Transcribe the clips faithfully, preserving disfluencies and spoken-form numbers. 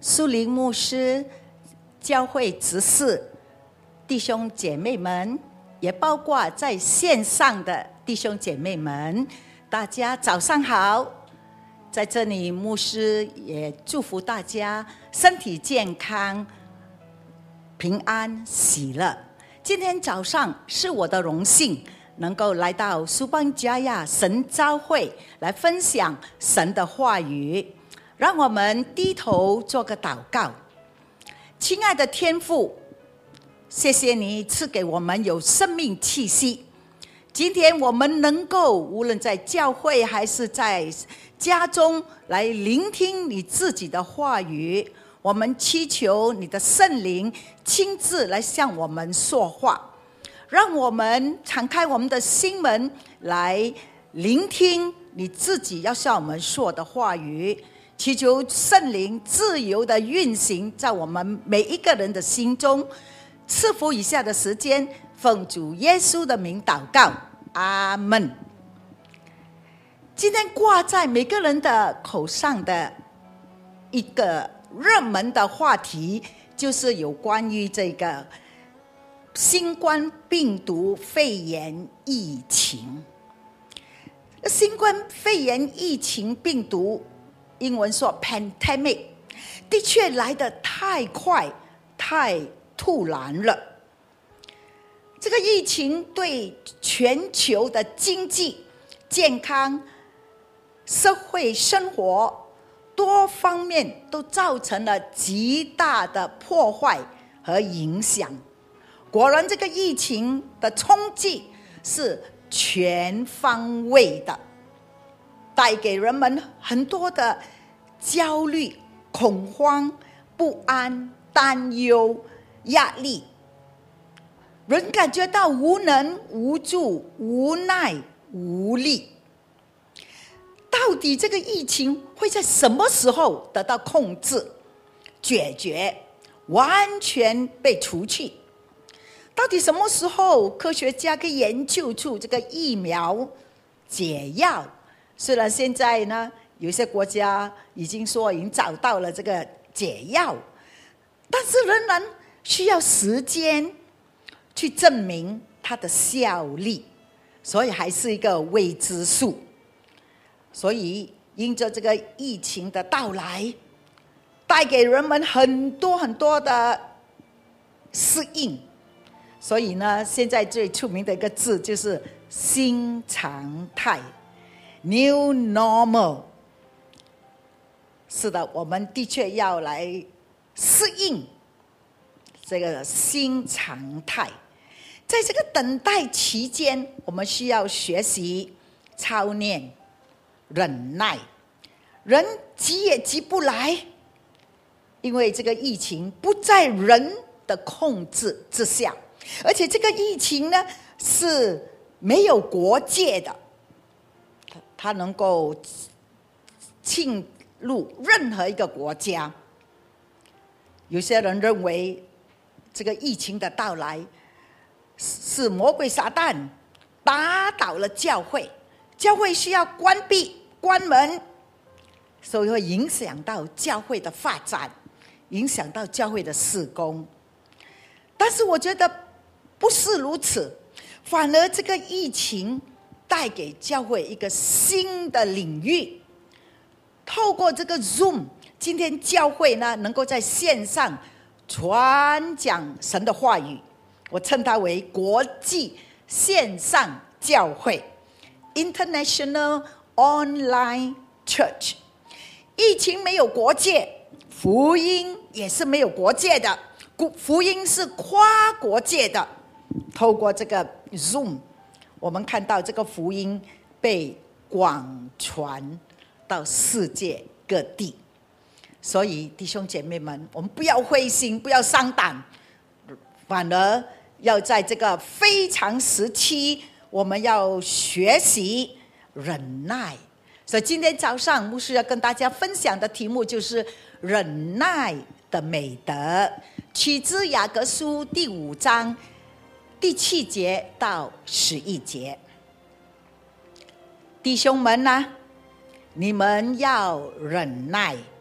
苏林牧师、教会执事、弟兄姐妹们，也包括在线上的弟兄姐妹们，大家早上好。在这里，牧师也祝福大家身体健康、平安喜乐。今天早上是我的荣幸，能够来到苏邦加亚神召会来分享神的话语。让我们低头做个祷告。亲爱的天父，谢谢你赐给我们有生命气息。今天我们能够无论在教会还是在家中来聆听你自己的话语，我们祈求你的圣灵亲自来向我们说话，让我们敞开我们的心门来聆听你自己要向我们说的话语，祈求圣灵自由的运行在我们每一个人的心中。赐福以下的时间，奉主耶稣的名祷告，阿们。今天挂在每个人的口上的一个热门的话题，就是有关于这个新冠病毒肺炎疫情。新冠肺炎疫情病毒，英文说 pandemic， 的确来得太快太突然了。这个疫情对全球的经济、健康、社会生活多方面都造成了极大的破坏和影响。果然这个疫情的冲击是全方位的，带给人们很多的焦虑、恐慌、不安、担忧、压力，人感觉到无能、无助、无奈、无力。到底这个疫情会在什么时候得到控制、解决、完全被除去？到底什么时候科学家可以研究出这个疫苗、解药？虽然现在呢，有些国家已经说已经找到了这个解药，但是仍然需要时间去证明它的效力，所以还是一个未知数。所以因着这个疫情的到来，带给人们很多很多的适应，所以呢，现在最出名的一个字就是新常态 New Normal。 是的，我们的确要来适应这个新常态。在这个等待期间，我们需要学习操练忍耐。人急也急不来，因为这个疫情不在人的控制之下，而且这个疫情呢是没有国界的，它能够侵入任何一个国家。有些人认为这个疫情的到来是魔鬼撒旦打倒了教会，教会需要关闭关门，所以会影响到教会的发展，影响到教会的事工。但是我觉得不是如此，反而这个疫情带给教会一个新的领域。透过这个 Zoom， 今天教会呢能够在线上传讲神的话语，我称它为国际线上教会 International Online Church。 疫情没有国界，福音也是没有国界的，福音是跨国界的。透过这个 Zoom， 我们看到这个福音被广传到世界各地。所以弟兄姐妹们，我们不要灰心，不要伤胆，反而要在这个非常时期，我们要学习忍耐。所以今天早上牧师要跟大家分享的题目就是忍耐的美德，取自雅各书第五章第七节到十一节。弟兄们啊，你们要忍耐，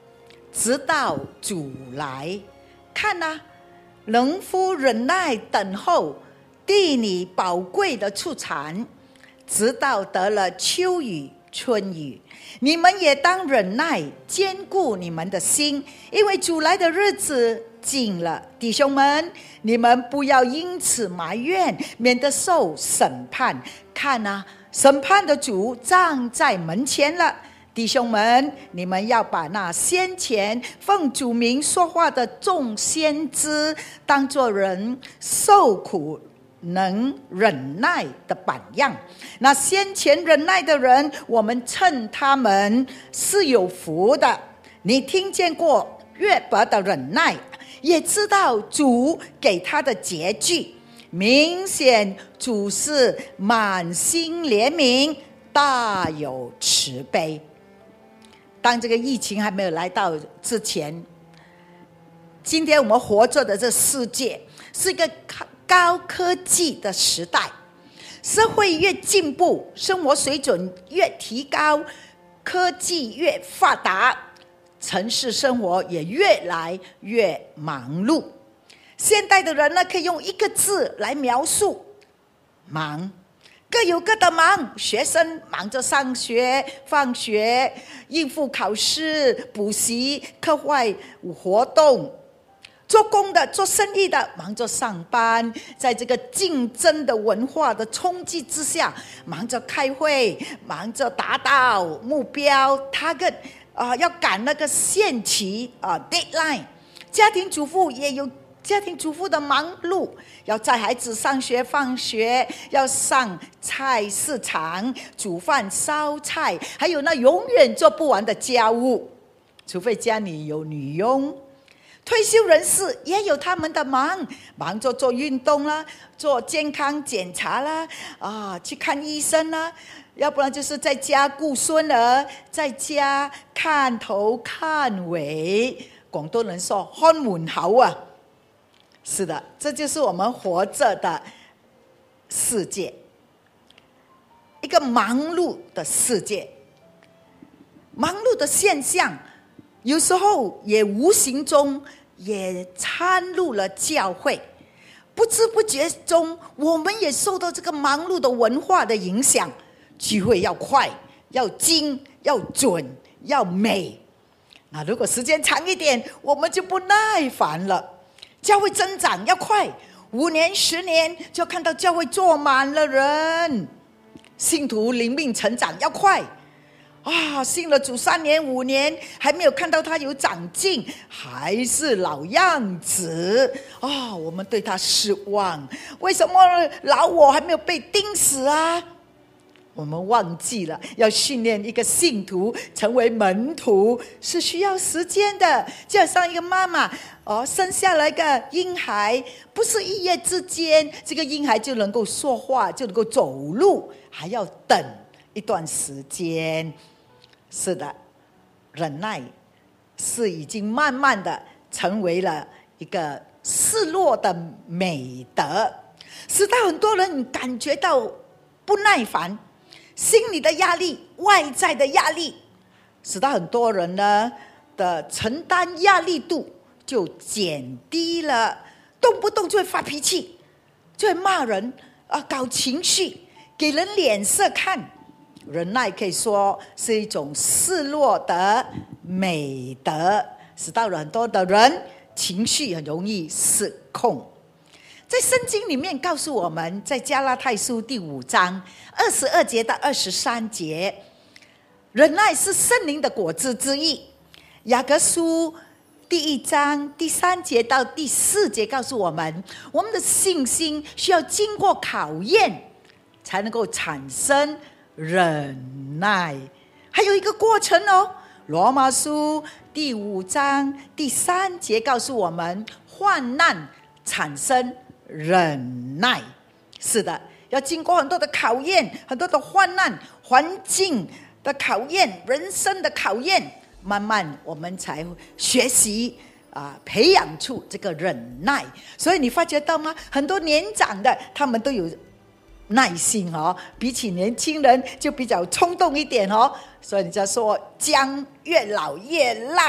直到主来。看啊，农夫忍耐等候地里宝贵的出产，直到得了秋雨春雨。你们也当忍耐，坚固你们的心，因为主来的日子近了。弟兄们，你们不要因此埋怨，免得受审判。看啊，审判的主站在门前了。弟兄们，你们要把那先前奉主名说话的众先知当作人受苦能忍耐的榜样。那先前忍耐的人，我们称他们是有福的。你听见过约伯的忍耐，也知道主给他的结局。明显主是满心怜悯，大有慈悲。当这个疫情还没有来到之前，今天我们活着的这世界是一个高科技的时代，社会越进步，生活水准越提高，科技越发达，城市生活也越来越忙碌。现代的人呢，可以用一个字来描述：忙。各有各的忙，学生忙着上学放学，应付考试补习课外活动，做工的做生意的忙着上班，在这个竞争的文化的冲击之下，忙着开会，忙着达到目标 target、呃、要赶那个限期、呃、deadline。 家庭主妇也有家庭主妇的忙碌，要载孩子上学放学，要上菜市场煮饭烧菜，还有那永远做不完的家务，除非家里有女佣。退休人士也有他们的忙，忙着做运动啦，做健康检查啦，啊，去看医生啦，要不然就是在家顾孙儿，在家看头看尾。广东人说看门口啊。是的，这就是我们活着的世界，一个忙碌的世界。忙碌的现象有时候也无形中也掺入了教会，不知不觉中我们也受到这个忙碌的文化的影响。聚会要快，要精，要准，要美。那如果时间长一点，我们就不耐烦了。教会增长要快，五年十年就看到教会坐满了人。信徒灵命成长要快啊，信了主三年五年还没有看到他有长进，还是老样子啊，我们对他失望。为什么老我还没有被钉死啊？我们忘记了，要训练一个信徒成为门徒是需要时间的。就好像一个妈妈哦，生下了一个婴孩，不是一夜之间这个婴孩就能够说话，就能够走路，还要等一段时间。是的，忍耐是已经慢慢的成为了一个失落的美德，使到很多人感觉到不耐烦。心理的压力，外在的压力，使到很多人呢的承担压力度就减低了，动不动就会发脾气，就会骂人啊，搞情绪，给人脸色看。忍耐可以说是一种示弱的美德，使到很多的人情绪很容易失控。在圣经里面告诉我们，在加拉太书第五章二十二节到二十三节，忍耐是圣灵的果子之一。雅各书第一章第三节到第四节告诉我们，我们的信心需要经过考验才能够产生忍耐，还有一个过程哦。罗马书第五章第三节告诉我们，患难产生忍耐。是的，要经过很多的考验，很多的患难，环境的考验，人生的考验，慢慢我们才学习啊，培养出这个忍耐。所以你发觉到吗？很多年长的他们都有耐心哦，比起年轻人就比较冲动一点哦。所以人家说姜越老越辣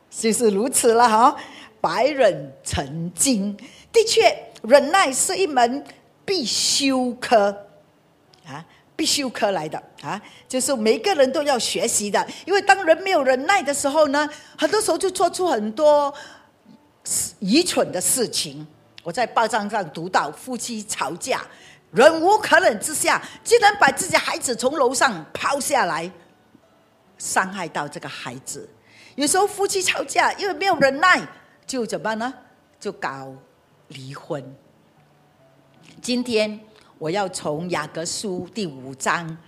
就是如此了哈。百忍成精，的确，忍耐是一门必修科啊，必修科来的啊，就是每个人都要学习的。因为当人没有忍耐的时候呢，很多时候就做出很多愚蠢的事情。我在报章上读到夫妻吵架，忍无可忍之下，竟然把自己孩子从楼上抛下来，伤害到这个孩子。有时候夫妻吵架，因为没有忍耐，就怎么办呢？就搞离婚。今天我要从雅各书第五章，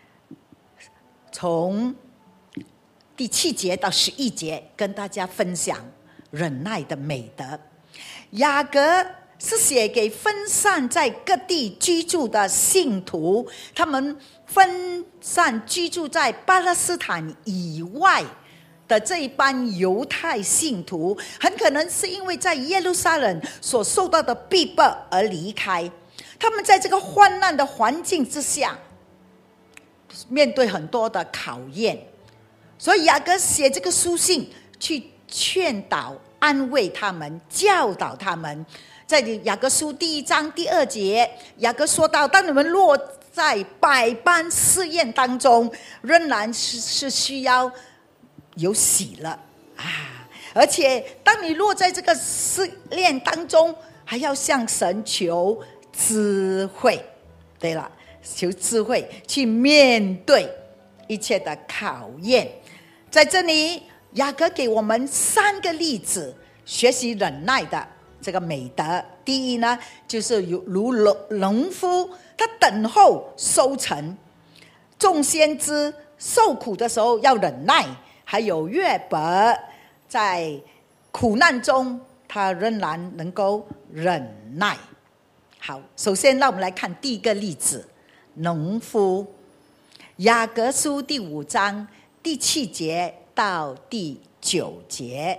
从第七节到十一节，跟大家分享忍耐的美德。雅各是写给分散在各地居住的信徒，他们分散居住在巴勒斯坦以外的这一班犹太信徒，很可能是因为在耶路撒冷所受到的逼迫而离开。他们在这个患难的环境之下，面对很多的考验，所以雅各写这个书信去劝导、安慰他们，教导他们。在雅各书第一章第二节，雅各说到：当你们落在百般试验当中，仍然是是需要有喜乐啊！而且当你落在这个试炼当中，还要向神求智慧。对了，求智慧去面对一切的考验。在这里，雅各给我们三个例子，学习忍耐的这个美德。第一呢，就是如农夫，他等候收成；众先知受苦的时候要忍耐；还有约伯在苦难中，他仍然能够忍耐。好，首先让我们来看第一个例子，农夫。雅各书第五章第七节到第九节，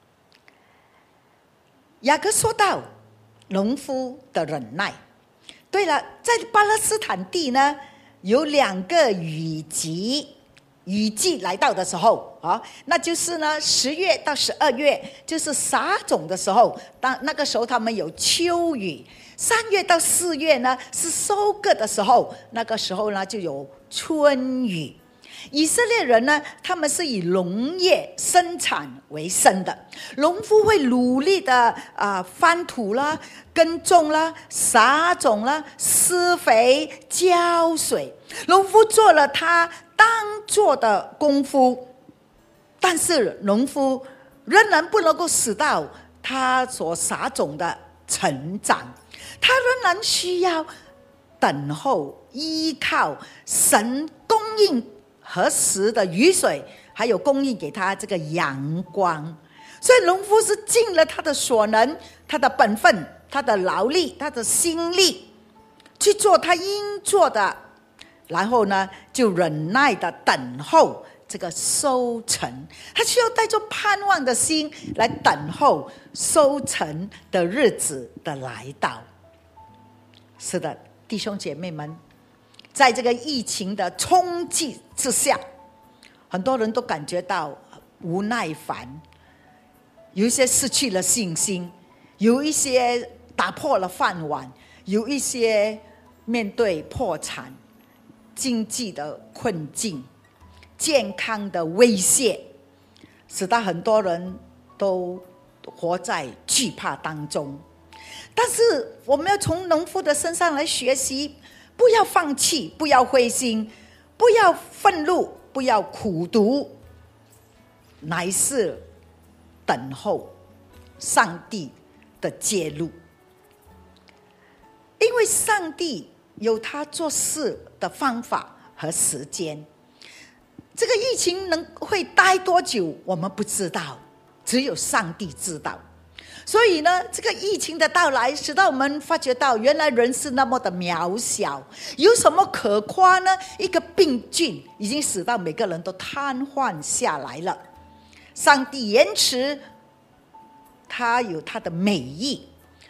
雅各说到农夫的忍耐。对了，在巴勒斯坦地呢，有两个雨季，雨季来到的时候啊，那就是呢十月到十二月，就是撒种的时候。当那个时候他们有秋雨。三月到四月呢是收割的时候，那个时候呢就有春雨。以色列人呢，他们是以农业生产为生的，农夫会努力的啊、呃、翻土啦、耕种啦、撒种啦、施肥、浇水，农夫做了他当做的功夫，但是农夫仍然不能够使到他所撒种的成长，他仍然需要等候，依靠神供应合时的雨水，还有供应给他这个阳光。所以农夫是尽了他的所能，他的本分，他的劳力，他的心力，去做他应做的，然后呢就忍耐的等候这个收成。他需要带着盼望的心来等候收成的日子的来到。是的，弟兄姐妹们，在这个疫情的冲击之下，很多人都感觉到无奈烦，有一些失去了信心，有一些打破了饭碗，有一些面对破产、经济的困境、健康的威胁，使得很多人都活在惧怕当中。但是我们要从农夫的身上来学习，不要放弃，不要灰心，不要愤怒，不要苦读，乃是等候上帝的介入。因为上帝有他做事的方法和时间，这个疫情能会待多久我们不知道，只有上帝知道。所以呢，这个疫情的到来使到我们发觉到，原来人是那么的渺小，有什么可夸呢？一个病菌已经使到每个人都瘫痪下来了。上帝延迟，他有他的美意，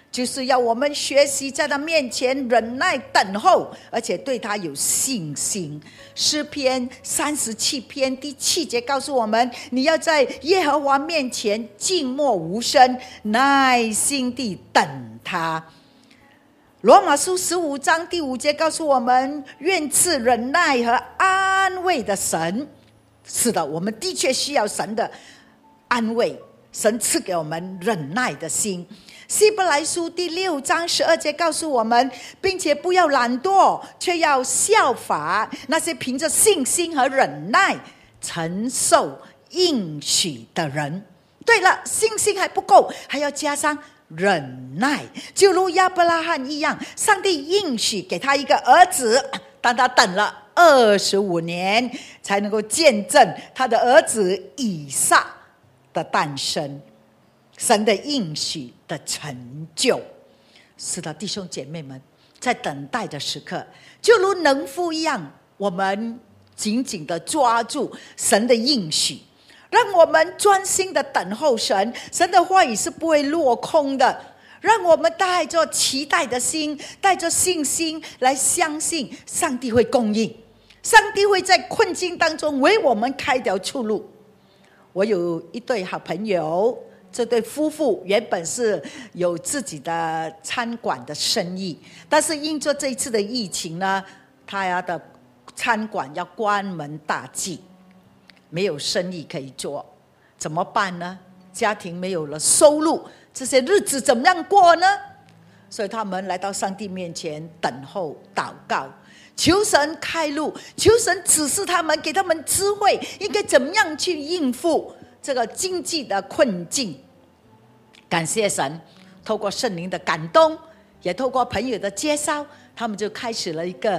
就是要我们学习在他面前忍耐等候，而且对他有信心。诗篇三十七篇第七节告诉我们，你要在耶和华面前静默无声，耐心地等他。罗马书十五章第五节告诉我们，愿赐忍耐和安慰的神。是的，我们的确需要神的安慰，神赐给我们忍耐的心。希伯来书第六章十二节告诉我们，并且不要懒惰，却要效法那些凭着信心和忍耐承受应许的人。对了，信心还不够，还要加上忍耐，就如亚伯拉罕一样，上帝应许给他一个儿子，但他等了二十五年才能够见证他的儿子以撒的诞生，神的应许的成就。是的，弟兄姐妹们，在等待的时刻，就如农夫一样，我们紧紧地抓住神的应许，让我们专心的等候神。神的话语是不会落空的，让我们带着期待的心，带着信心来相信上帝会供应，上帝会在困境当中为我们开条出路。我有一对好朋友，这对夫妇原本是有自己的餐馆的生意，但是因着这一次的疫情呢，他的餐馆要关门大吉，没有生意可以做，怎么办呢？家庭没有了收入，这些日子怎么样过呢？所以他们来到上帝面前等候祷告，求神开路，求神指示他们，给他们智慧，应该怎么样去应付这个经济的困境。感谢神，透过圣灵的感动，也透过朋友的介绍，他们就开始了一个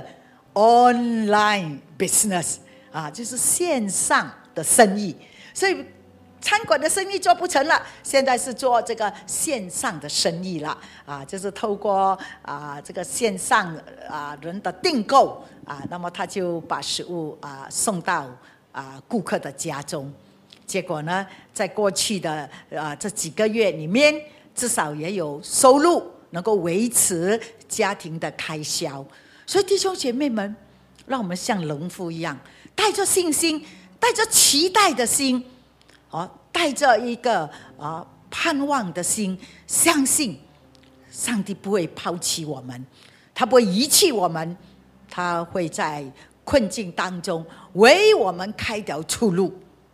online business 啊，就是线上的生意。所以餐馆的生意做不成了，现在是做这个线上的生意了啊，就是透过啊这个线上啊人的订购啊，那么他就把食物啊送到啊顾客的家中。结果呢，在过去的啊这几个月里面，至少也有收入，能够维持家庭的开销。所以弟兄姐妹们，让我们像农夫一样，带着信心，带着期待的心。哦，带着一个啊盼望的心，相信上帝不会抛弃我们，他不会遗弃我们，他会在困境当中为我们开条出路。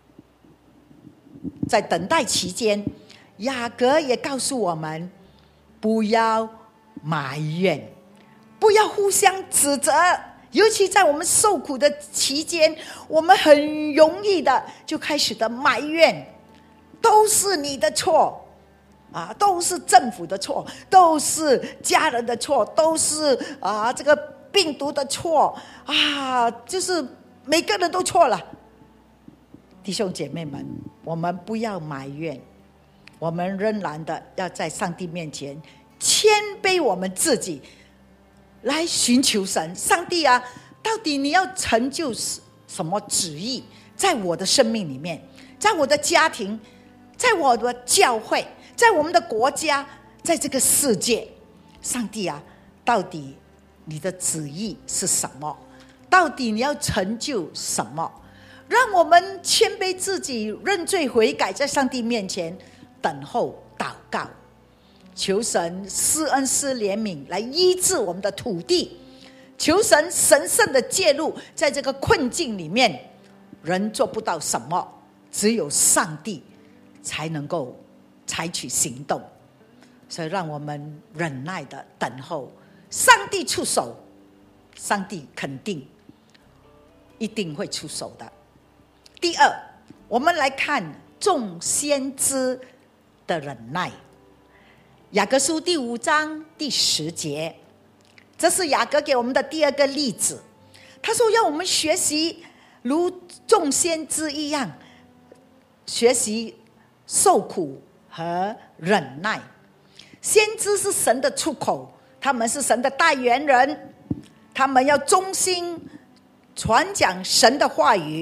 在等待期间，雅各也告诉我们，不要埋怨，不要互相指责。尤其在我们受苦的期间，我们很容易的就开始的埋怨，都是你的错啊，都是政府的错，都是家人的错，都是啊这个病毒的错啊，就是每个人都错了。弟兄姐妹们，我们不要埋怨，我们仍然的要在上帝面前谦卑我们自己，来寻求神。上帝啊，到底你要成就什么旨意在我的生命里面，在我的家庭，在我的教会，在我们的国家，在这个世界。上帝啊，到底你的旨意是什么？到底你要成就什么？让我们谦卑自己，认罪悔改，在上帝面前等候祷告，求神施恩施怜悯，来医治我们的土地。求神神圣的介入，在这个困境里面，人做不到什么，只有上帝才能够采取行动。所以让我们忍耐的等候上帝出手，上帝肯定一定会出手的。第二，我们来看众先知的忍耐。雅各书第五章第十节，这是雅各给我们的第二个例子。他说要我们学习如众先知一样，学习受苦和忍耐。先知是神的出口，他们是神的代言人，他们要忠心传讲神的话语，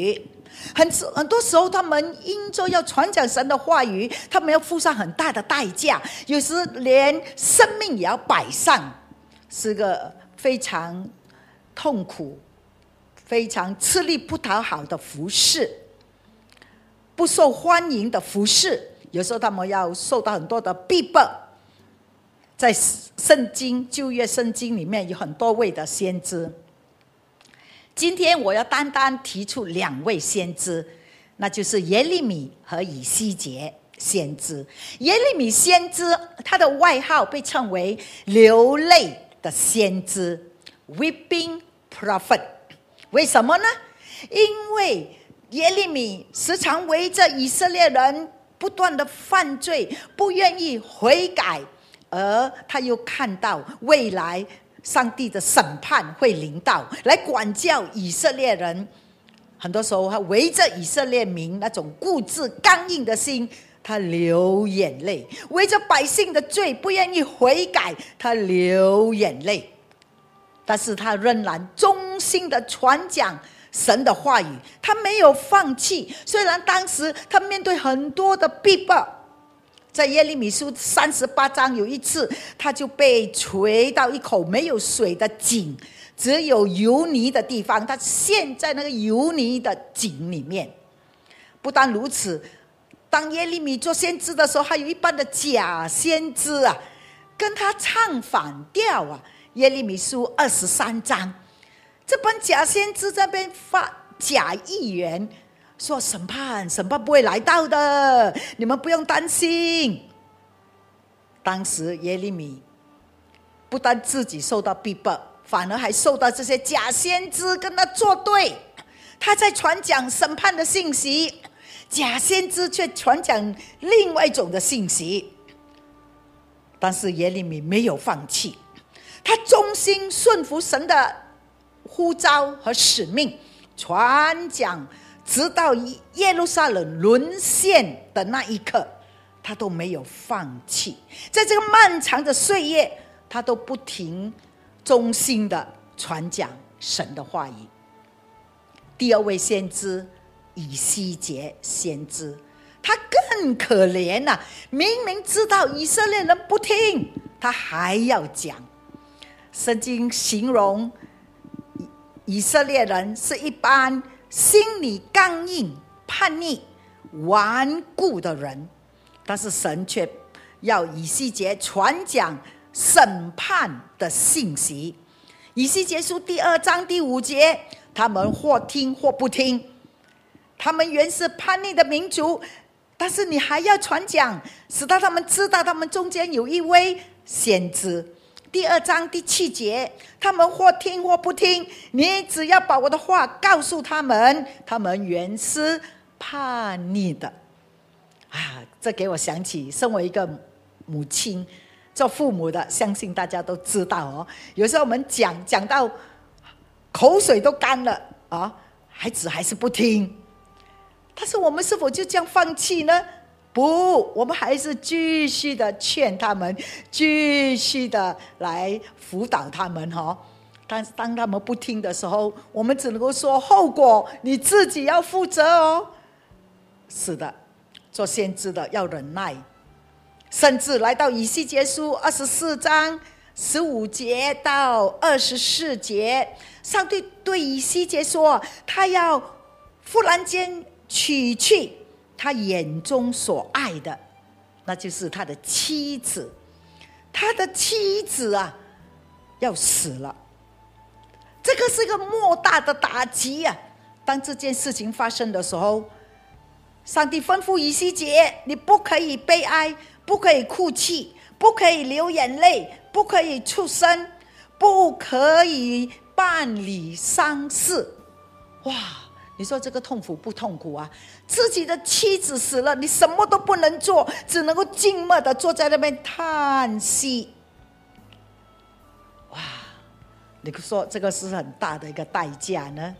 很很多时候他们因着要传讲神的话语，他们要付上很大的代价，有时连生命也要摆上，是个非常痛苦、非常吃力不讨好的服事，不受欢迎的服事。有时候他们要受到很多的逼迫。在圣经旧约圣经里面有很多位的先知，今天我要单单提出两位先知，那就是耶利米和以西结先知。耶利米先知他的外号被称为流泪的先知 Weeping Prophet。 为什么呢？因为耶利米时常围着以色列人不断的犯罪，不愿意悔改，而他又看到未来上帝的审判会临到，来管教以色列人。很多时候他围着以色列民那种固执刚硬的心，他流眼泪；围着百姓的罪不愿意悔改，他流眼泪。但是他仍然忠心的传讲神的话语，他没有放弃。虽然当时他面对很多的逼迫，在耶利米书三十八章有一次，他就被垂到一口没有水的井，只有油泥的地方，他陷在那个油泥的井里面。不但如此，当耶利米做先知的时候，还有一般的假先知啊，跟他唱反调啊。耶利米书二十三章，这帮假先知在那边发假预言，说审判审判不会来到的，你们不用担心。当时耶利米不但自己受到逼迫，反而还受到这些假先知跟他作对。他在传讲审判的信息，假先知却传讲另外一种的信息。但是耶利米没有放弃，他忠心顺服神的呼召和使命，传讲直到耶路撒冷沦陷的那一刻，他都没有放弃。在这个漫长的岁月，他都不停忠心的传讲神的话语。第二位先知以西结先知，他更可怜啊，明明知道以色列人不听，他还要讲。圣经形容以色列人是一般心里刚硬、叛逆、顽固的人，但是神却要以西结传讲审判的信息。以西结书第二章第五节，他们或听或不听，他们原是叛逆的民族，但是你还要传讲，使到他们知道他们中间有一位先知。第二章第七节，他们或听或不听，你只要把我的话告诉他们，他们原是叛逆的啊！这给我想起，身为一个母亲做父母的，相信大家都知道哦。有时候我们讲讲到口水都干了啊，孩子还是不听，但是我们是否就这样放弃呢？不，我们还是继续的劝他们，继续的来辅导他们哈。但是当他们不听的时候，我们只能够说后果你自己要负责哦。是的，做先知的要忍耐，甚至来到以西结书二十四章十五节到二十四节，上帝对以西结说，他要忽然间取去他眼中所爱的，那就是他的妻子。他的妻子啊要死了，这个是一个莫大的打击啊。当这件事情发生的时候，上帝吩咐以西结，你不可以悲哀，不可以哭泣，不可以流眼泪，不可以出声，不可以办理丧事。哇，你说这个痛苦不痛苦啊？自己的妻子死了，你什么都不能做，只能够静默的坐在那边叹息。哇，你说这个是很大的一个代价呢？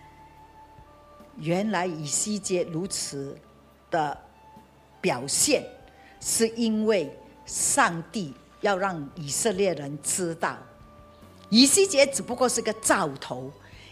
原来以西结如此的表现，是因为上帝要让以色列人知道，以西结只不过是个兆头，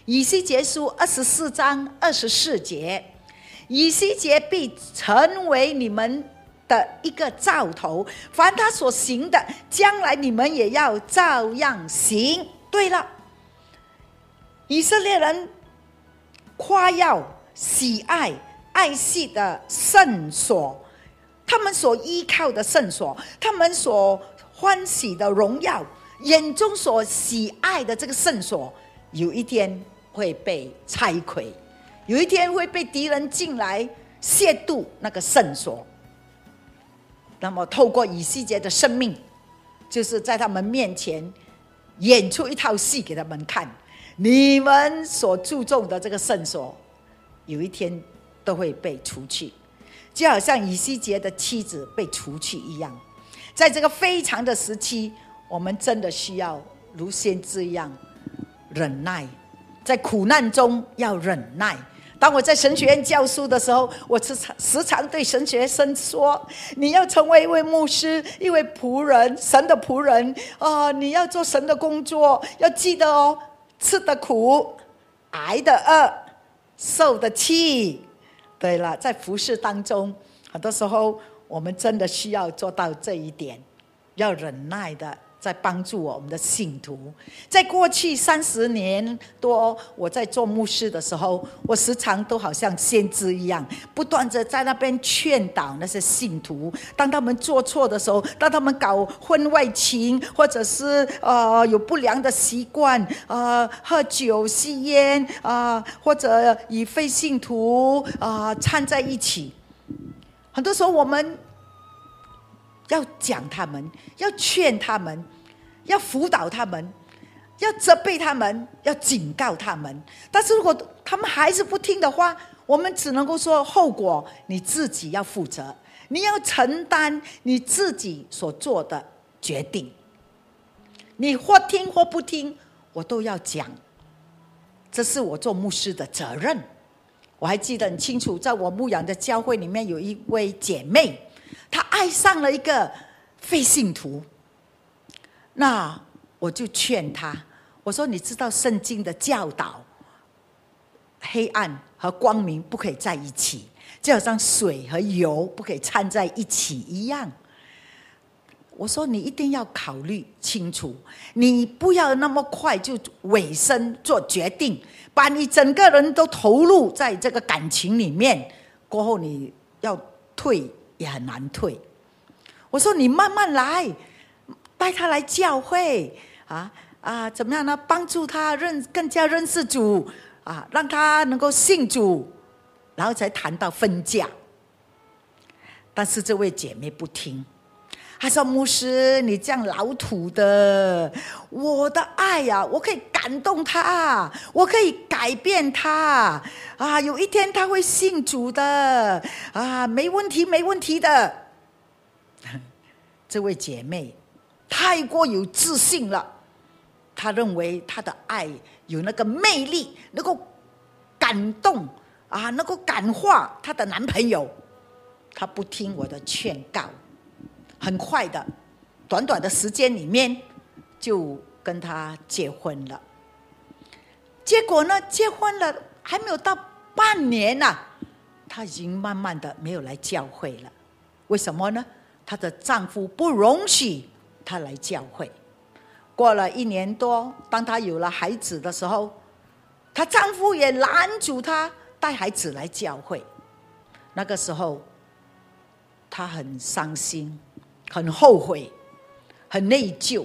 以西结书二十四章二十四节，以西结必成为你们的一个兆头，凡他所行的，将来你们也要照样行。对了，以色列人夸耀、喜爱、爱惜的圣所，他们所依靠的圣所，他们所欢喜的荣耀，眼中所喜爱的这个圣所，有一天会被拆毁，有一天会被敌人进来亵渎那个圣所。那么透过以西结的生命，就是在他们面前演出一套戏给他们看，你们所注重的这个圣所有一天都会被除去，就好像以西结的妻子被除去一样。在这个非常的时期，我们真的需要如先知一样忍耐，在苦难中要忍耐。当我在神学院教书的时候，我时常对神学生说，你要成为一位牧师，一位仆人，神的仆人、呃、你要做神的工作，要记得哦，吃的苦，挨的饿，受的气。对了，在服事当中，很多时候我们真的需要做到这一点，要忍耐的在帮助我们的信徒。在过去三十年多，我在做牧师的时候，我时常都好像先知一样，不断的在那边劝导那些信徒。当他们做错的时候，当他们搞婚外情，或者是呃有不良的习惯，呃喝酒吸烟啊、呃，或者与非信徒啊、呃、掺在一起，很多时候我们要讲他们，要劝他们，要辅导他们，要责备他们，要警告他们。但是如果他们还是不听的话，我们只能够说，后果你自己要负责，你要承担你自己所做的决定。你或听或不听，我都要讲，这是我做牧师的责任。我还记得很清楚，在我牧养的教会里面，有一位姐妹，她爱上了一个非信徒。那我就劝她，我说你知道圣经的教导，黑暗和光明不可以在一起，就好像水和油不可以掺在一起一样。我说你一定要考虑清楚，你不要那么快就委身做决定，把你整个人都投入在这个感情里面，过后你要退也很难退。我说你慢慢来，带他来教会啊啊，怎么样呢？帮助他认更加认识主啊，让他能够信主，然后才谈到分家。但是这位姐妹不听，她说：“牧师，你这样老土的，我的爱呀、啊，我可以感动他，我可以改变他啊！有一天他会信主的啊，没问题，没问题的。”这位姐妹太过有自信了，她认为她的爱有那个魅力，能够感动啊，能够感化她的男朋友。她不听我的劝告，很快的，短短的时间里面就跟他结婚了。结果呢，结婚了还没有到半年啊，她已经慢慢的没有来教会了。为什么呢？她的丈夫不容许她来教会。过了一年多，当她有了孩子的时候，她丈夫也拦阻她带孩子来教会。那个时候她很伤心，很后悔，很内疚。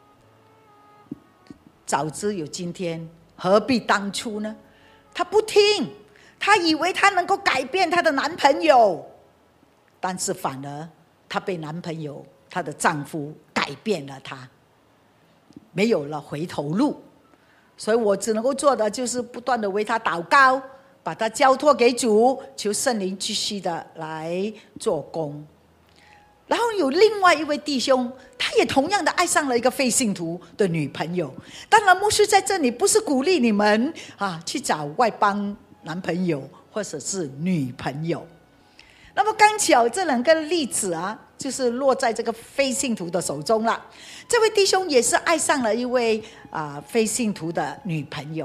早知有今天，何必当初呢？她不听，她以为她能够改变她的男朋友，但是反而她被男朋友，她的丈夫改变了她，没有了回头路。所以我只能够做的就是不断的为她祷告，把她交托给主，求圣灵继续的来做工。然后有另外一位弟兄，他也同样的爱上了一个非信徒的女朋友。当然牧师在这里不是鼓励你们啊去找外邦男朋友或者是女朋友。那么刚巧这两个例子啊，就是落在这个非信徒的手中了。这位弟兄也是爱上了一位啊非信徒的女朋友。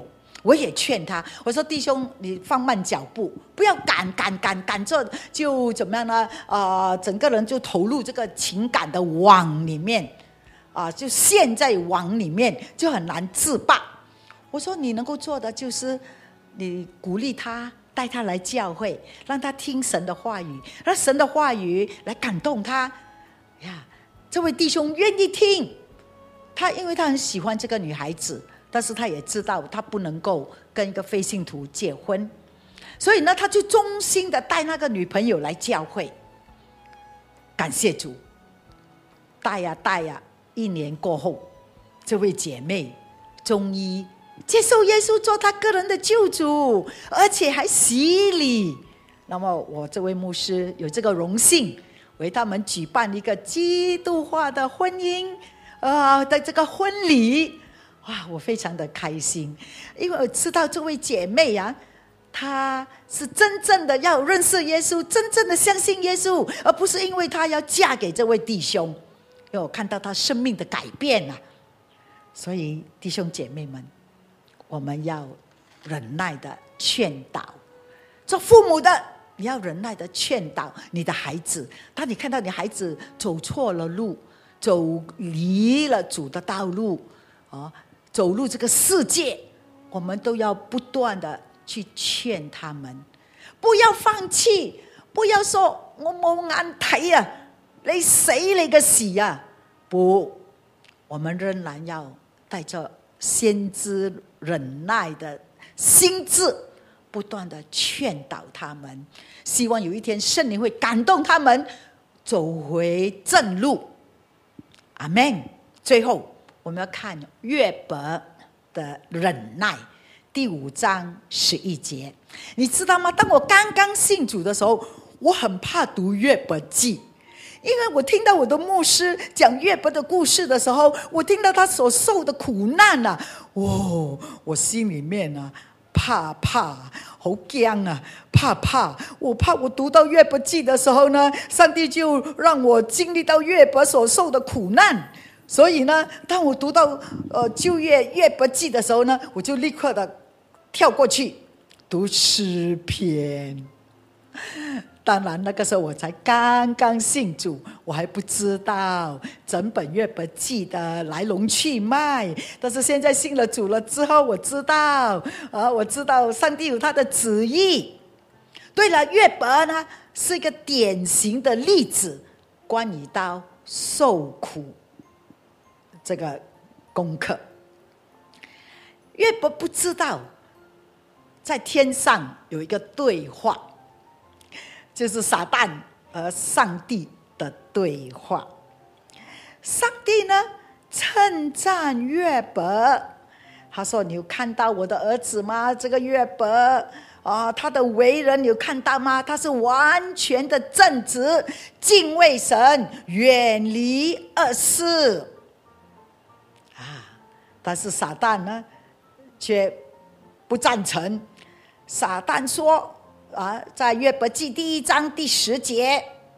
我也劝他，我说弟兄，你放慢脚步，不要赶赶赶赶着就怎么样呢？啊、呃，整个人就投入这个情感的网里面，啊、呃，就陷在网里面，就很难自拔。我说你能够做的就是你鼓励他，带他来教会，让他听神的话语，让神的话语来感动他呀。这位弟兄愿意听，他因为他很喜欢这个女孩子，但是他也知道他不能够跟一个非信徒结婚，所以呢，他就忠心的带那个女朋友来教会。感谢主，带呀带呀，一年过后，这位姐妹终于接受耶稣做她个人的救主，而且还洗礼。那么我这位牧师有这个荣幸，为他们举办一个基督化的婚姻呃的这个婚礼。哇，我非常的开心，因为我知道这位姐妹啊，她是真正的要认识耶稣，真正的相信耶稣，而不是因为她要嫁给这位弟兄。因为我看到她生命的改变啊，所以弟兄姐妹们，我们要忍耐的劝导，做父母的你要忍耐的劝导你的孩子。当你看到你孩子走错了路，走离了主的道路，哦，走入这个世界，我们都要不断的去劝他们，不要放弃，不要说我冇眼睇啊，你死你個事啊！不，我們仍然要帶着先知忍耐的心智，不斷的勸導他們，希望有一天聖靈會感動他們走回正路。阿們。最後我們要看約伯的忍耐，第五章十一節。你知道嗎？當我剛剛信主的時候，我很怕讀約伯記，因為我聽到我的牧師講約伯的故事的時候，我聽到他所受的苦難啊，哦，我心裡面啊怕怕，好驚啊，怕怕，我怕我讀到約伯記的時候呢，上帝就讓我經歷到約伯所受的苦難。所以呢，當我讀到呃舊約約伯記的時候呢，我就立刻的跳過去讀詩篇。當然那個時候我才剛剛信主，我還不知道整本約伯記的來龍去脈。但是現在信了主了之後，我知道啊，我知道上帝有他的旨意。對了，約伯呢是一個典型的例子，關於到受苦這個功課。約伯不知道在天上有一個對話，就是撒旦和上帝的對話。上帝呢稱讚約伯，他說你有看到我的兒子嗎？這個約伯啊，他的為人你有看到嗎？他是完全的正直，敬畏神，遠離惡事啊。但是撒旦呢卻不贊成。撒旦說啊，在約伯記第一章第十節，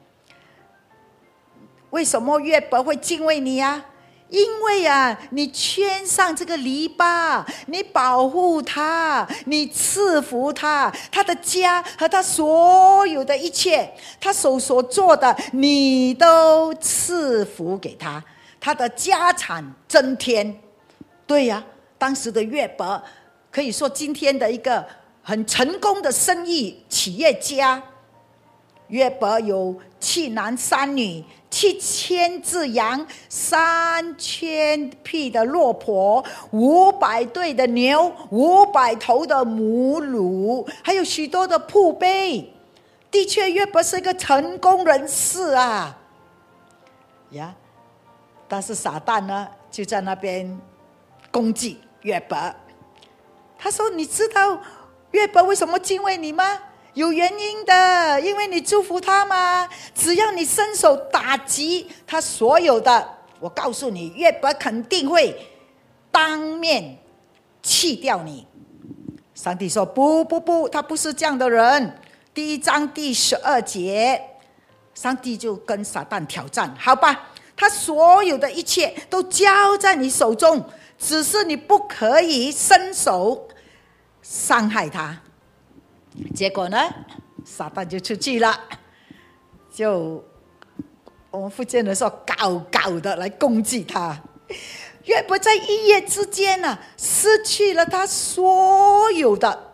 為什麼約伯會敬畏你啊？因為啊，你圈上這個籬笆，你保護他，你賜福他，他的家和他所有的一切，他手所做的，你都賜福給他，他的家產增添。對呀、啊，當時的約伯可以說今天的一個很成功的生意企業家。約伯有七男三女，七千隻羊，三千匹的駱駝，五百對的牛，五百頭的母驢，還有許多的僕婢。的確，約伯是一個成功人士啊！呀，但是撒旦呢，就在那邊攻擊約伯。他說：“你知道約伯為什麼敬畏你嗎？有原因的，因為你祝福他嘛。只要你伸手打擊他所有的，我告訴你，約伯肯定會當面棄掉你。”上帝說：“不不不，他不是這樣的人。”第一章第十二節，上帝就跟撒旦挑戰：“好吧，他所有的一切都交在你手中，只是你不可以伸手伤害他。结果呢，撒旦就出去了，就我们福建人说高高的来攻击他。约伯在一夜之间呢、啊，失去了他所有的，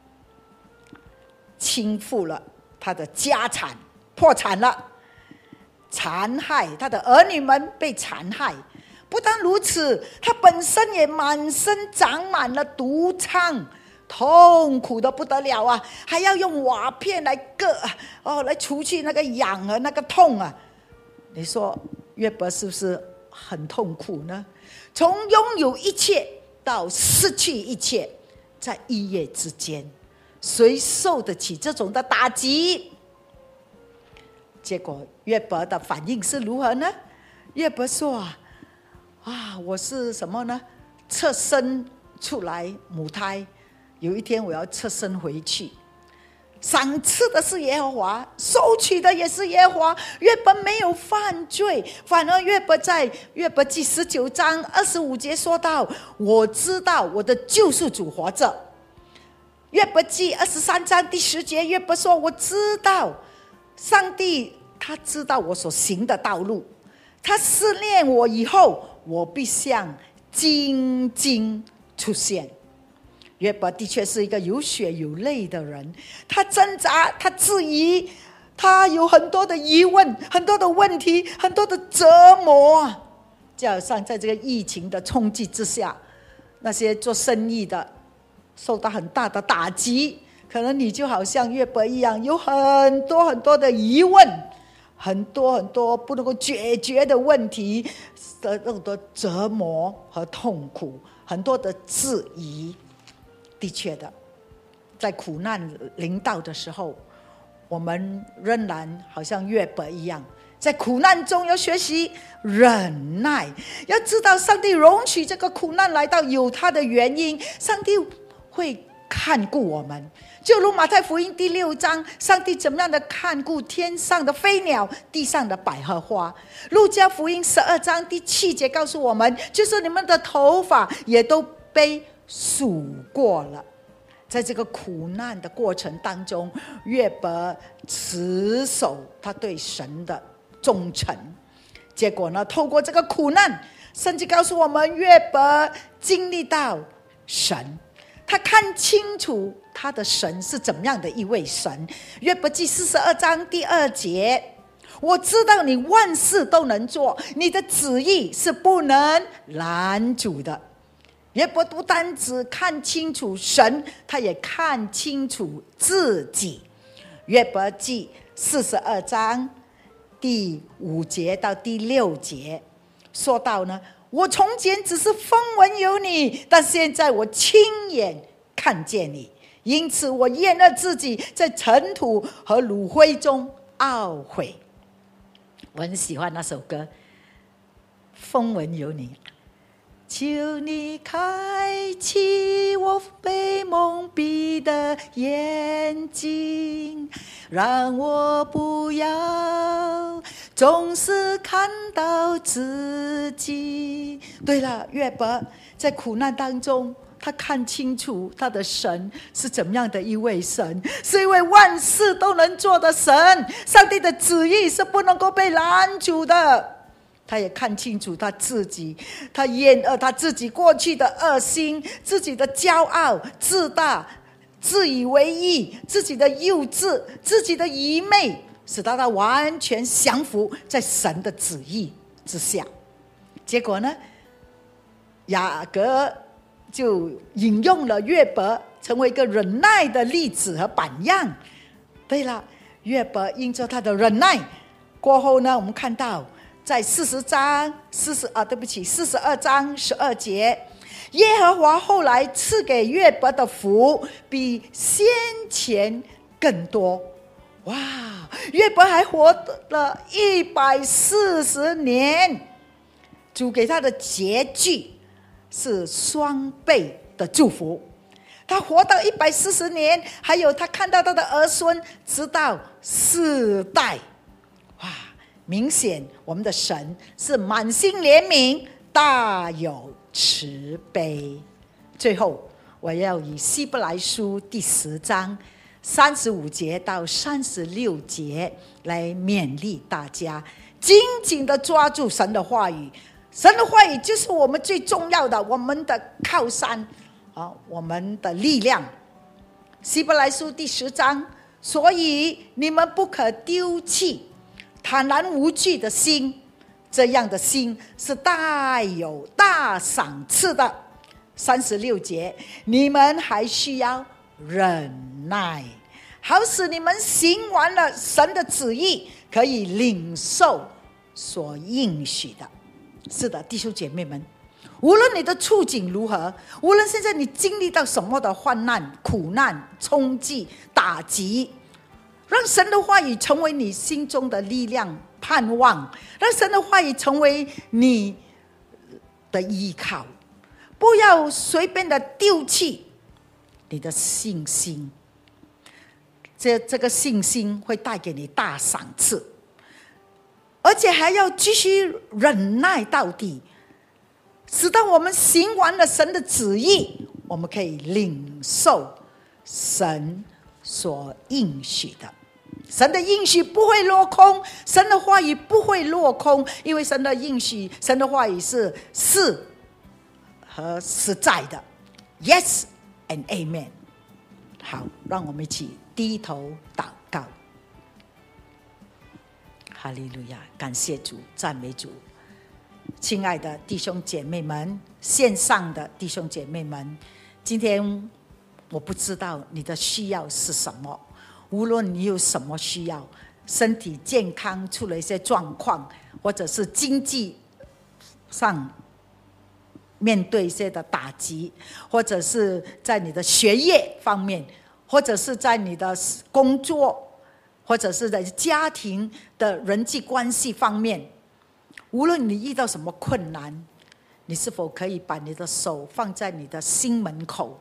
倾覆了他的家产，破产了，残害他的儿女们被残害。不但如此，他本身也满身长满了毒疮，痛苦的不得了啊！还要用瓦片来割哦，来除去那个痒和那个痛啊！你说约伯是不是很痛苦呢？从拥有一切到失去一切，在一夜之间，谁受得起这种的打击？结果约伯的反应是如何呢？约伯说啊啊，我是什么呢？侧身出来母胎，有一天我要侧身回去。赏赐的是耶和华，收取的也是耶和华。约伯没有犯罪，反而约伯在约伯记十九章二十五节说到：我知道我的救赎主活着。约伯记二十三章第十节，约伯说：我知道上帝，他知道我所行的道路，他试炼我以后，我必像金晶出现。约伯的确是一个有血有泪的人，他挣扎，他质疑，他有很多的疑问，很多的问题，很多的折磨。就好像在这个疫情的冲击之下，那些做生意的受到很大的打击，可能你就好像约伯一样，有很多很多的疑问，很多很多不能够解决的问题，很多折磨和痛苦，很多的质疑。的确的，在苦难临到的时候，我们仍然好像约伯一样，在苦难中要学习忍耐，要知道上帝容许这个苦难来到有他的原因，上帝会看顾我们。就如马太福音第六章，上帝怎么样的看顾天上的飞鸟，地上的百合花。路加福音十二章第七节告诉我们，就是你们的头发也都被数过了。在这个苦难的过程当中，约伯持守他对神的忠诚。结果呢，透过这个苦难，圣经告诉我们，约伯经历到神，他看清楚他的神是怎么样的一位神。约伯记四十二章第二节，我知道你万事都能做，你的旨意是不能拦阻的。约伯不单只看清楚神，他也看清楚自己。约伯记四十二章第五节到第六节说到呢，我从前只是风闻有你，但现在我亲眼看见你，因此我厌恶自己，在尘土和炉灰中懊悔。我很喜欢那首歌，风闻有你，求你开启我被蒙蔽的眼睛，让我不要总是看到自己。对了，约伯在苦难当中，他看清楚他的神是怎么样的一位神，是一位万事都能做的神。上帝的旨意是不能够被拦阻的。他也看清楚他自己，他厌恶他自己过去的恶心，自己的骄傲、自大、自以为意，自己的幼稚，自己的愚昧，使他他完全降服在神的旨意之下。结果呢，雅各就引用了约伯，成为一个忍耐的例子和榜样。对了，约伯因着他的忍耐过后呢，我们看到在四十章四十啊，对不起，四十二章十二节，耶和华后来赐给约伯的福比先前更多。哇，约伯还活了一百四十年，主给他的结局是双倍的祝福。他活到一百四十年，还有他看到他的儿孙直到四代。哇，明显我们的神是满心怜悯，大有慈悲。最后我要以希伯来书第十章三十五节到三十六节来勉励大家，紧紧的抓住神的话语。神的话语就是我们最重要的，我们的靠山啊，我们的力量。希伯来书第十章，所以你们不可丢弃坦然无惧的心，这样的心是带有大赏赐的。三十六节，你们还需要忍耐，好使你们行完了神的旨意，可以领受所应许的。是的，弟兄姐妹们，无论你的处境如何，无论现在你经历到什么的患难、苦难、冲击、打击，让神的话语成为你心中的力量、盼望，让神的话语成为你的依靠，不要随便的丢弃你的信心。这这个信心会带给你大赏赐，而且还要继续忍耐到底，直到我们行完了神的旨意，我们可以领受神所应许的。神的应许不会落空，神的话语不会落空，因为神的应许，神的话语是是和实在的。 Yes and Amen。 好，让我们一起低头祷告。哈利路亚，感谢主，赞美主。亲爱的弟兄姐妹们，线上的弟兄姐妹们，今天我不知道你的需要是什么，无论你有什么需要，身体健康出了一些状况，或者是经济上面对一些的打击，或者是在你的学业方面，或者是在你的工作，或者是在家庭的人际关系方面，无论你遇到什么困难，你是否可以把你的手放在你的心门口，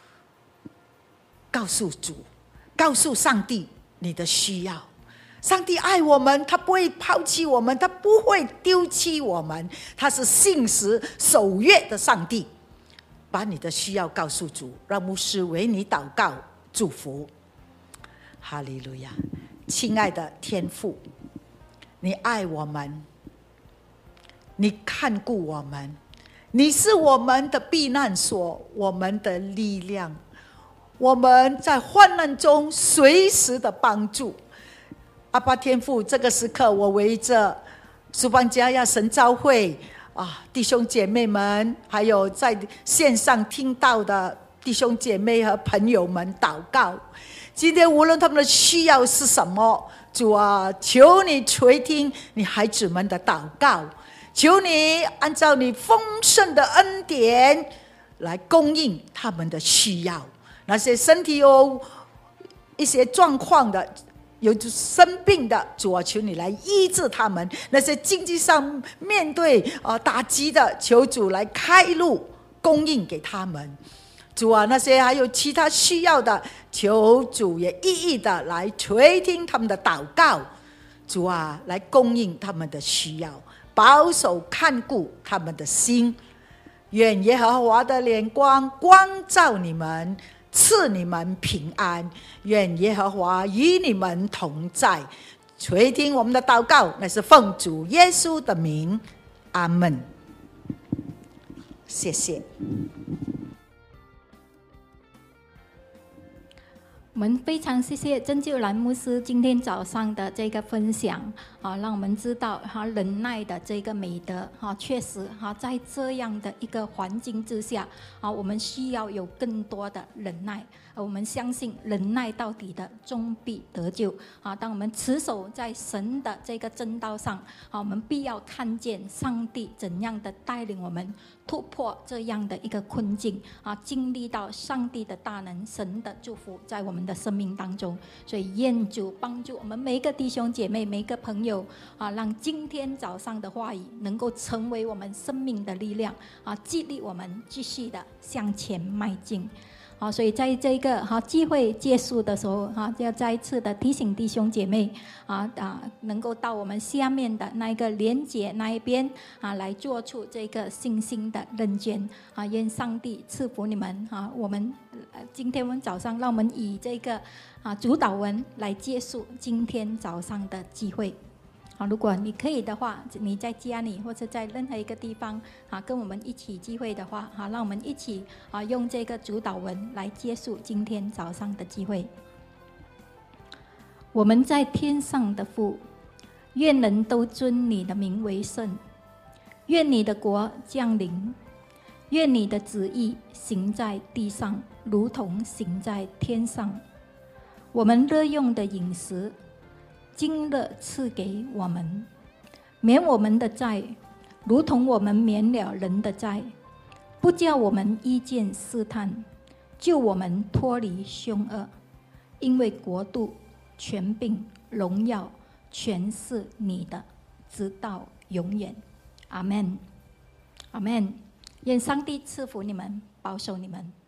告诉主，告诉上帝你的需要。上帝爱我们，他不会抛弃我们，他不会丢弃我们，他是信实守约的上帝。把你的需要告诉主，让牧师为你祷告祝福。哈利路亚。亲爱的天父，你爱我们，你看顾我们，你是我们的避难所，我们的力量，我们在患难中随时的帮助。阿爸天父，这个时刻我围着苏邦家亚神召会啊，弟兄姐妹们，还有在线上听到的弟兄姐妹和朋友们祷告。今天无论他们的需要是什么，主啊，求你垂听你孩子们的祷告，求你按照你丰盛的恩典来供应他们的需要。那些身体有一些状况的，有生病的，主啊，求你来医治他们；那些经济上面对呃打击的，求主来开路供应给他们。主啊，那些还有其他需要的，求主也一一的来垂听他们的祷告。主啊，来供应他们的需要，保守看顾他们的心。愿耶和华的脸光光照你们，赐你们平安。愿耶和华与你们同在。垂听我们的祷告，那是奉主耶稣的名，阿们。谢谢。 我们非常谢谢郑救兰牧师今天早上的这个分享啊，让我们知道哈忍耐的这个美德哈，确实哈在这样的一个环境之下啊，我们需要有更多的忍耐。我们相信忍耐到底的终必得救啊！当我们持守在神的这个正道上啊，我们必要看见上帝怎样的带领我们突破这样的一个困境啊，经历到上帝的大能、神的祝福在我们的生命当中。所以愿主帮助我们每一个弟兄姐妹、每一个朋友啊，让今天早上的话语能够成为我们生命的力量啊，激励我们继续的向前迈进。 好，所以在这个哈聚会结束的时候哈，要再一次的提醒弟兄姐妹啊啊，能够到我们下面的那一个连结那一边啊，来做出这个信心的认捐啊，愿上帝赐福你们啊！我们今天我们早上，让我们以这个啊主祷文来结束今天早上的聚会。好，如果你可以的话，你在家里或者在任何一个地方啊，跟我们一起聚会的话，好，让我们一起啊用这个主祷文来结束今天早上的聚会。我们在天上的父，愿人都尊你的名为圣，愿你的国降临，愿你的旨意行在地上，如同行在天上。我们日用的饮食，今日赐给我们，免我们的债，如同我们免了人的债，不叫我们遇见试探，救我们脱离凶恶。因为国度、权柄、荣耀，全是你的，直到永远。阿们，阿们。愿上帝赐福你们，保守你们。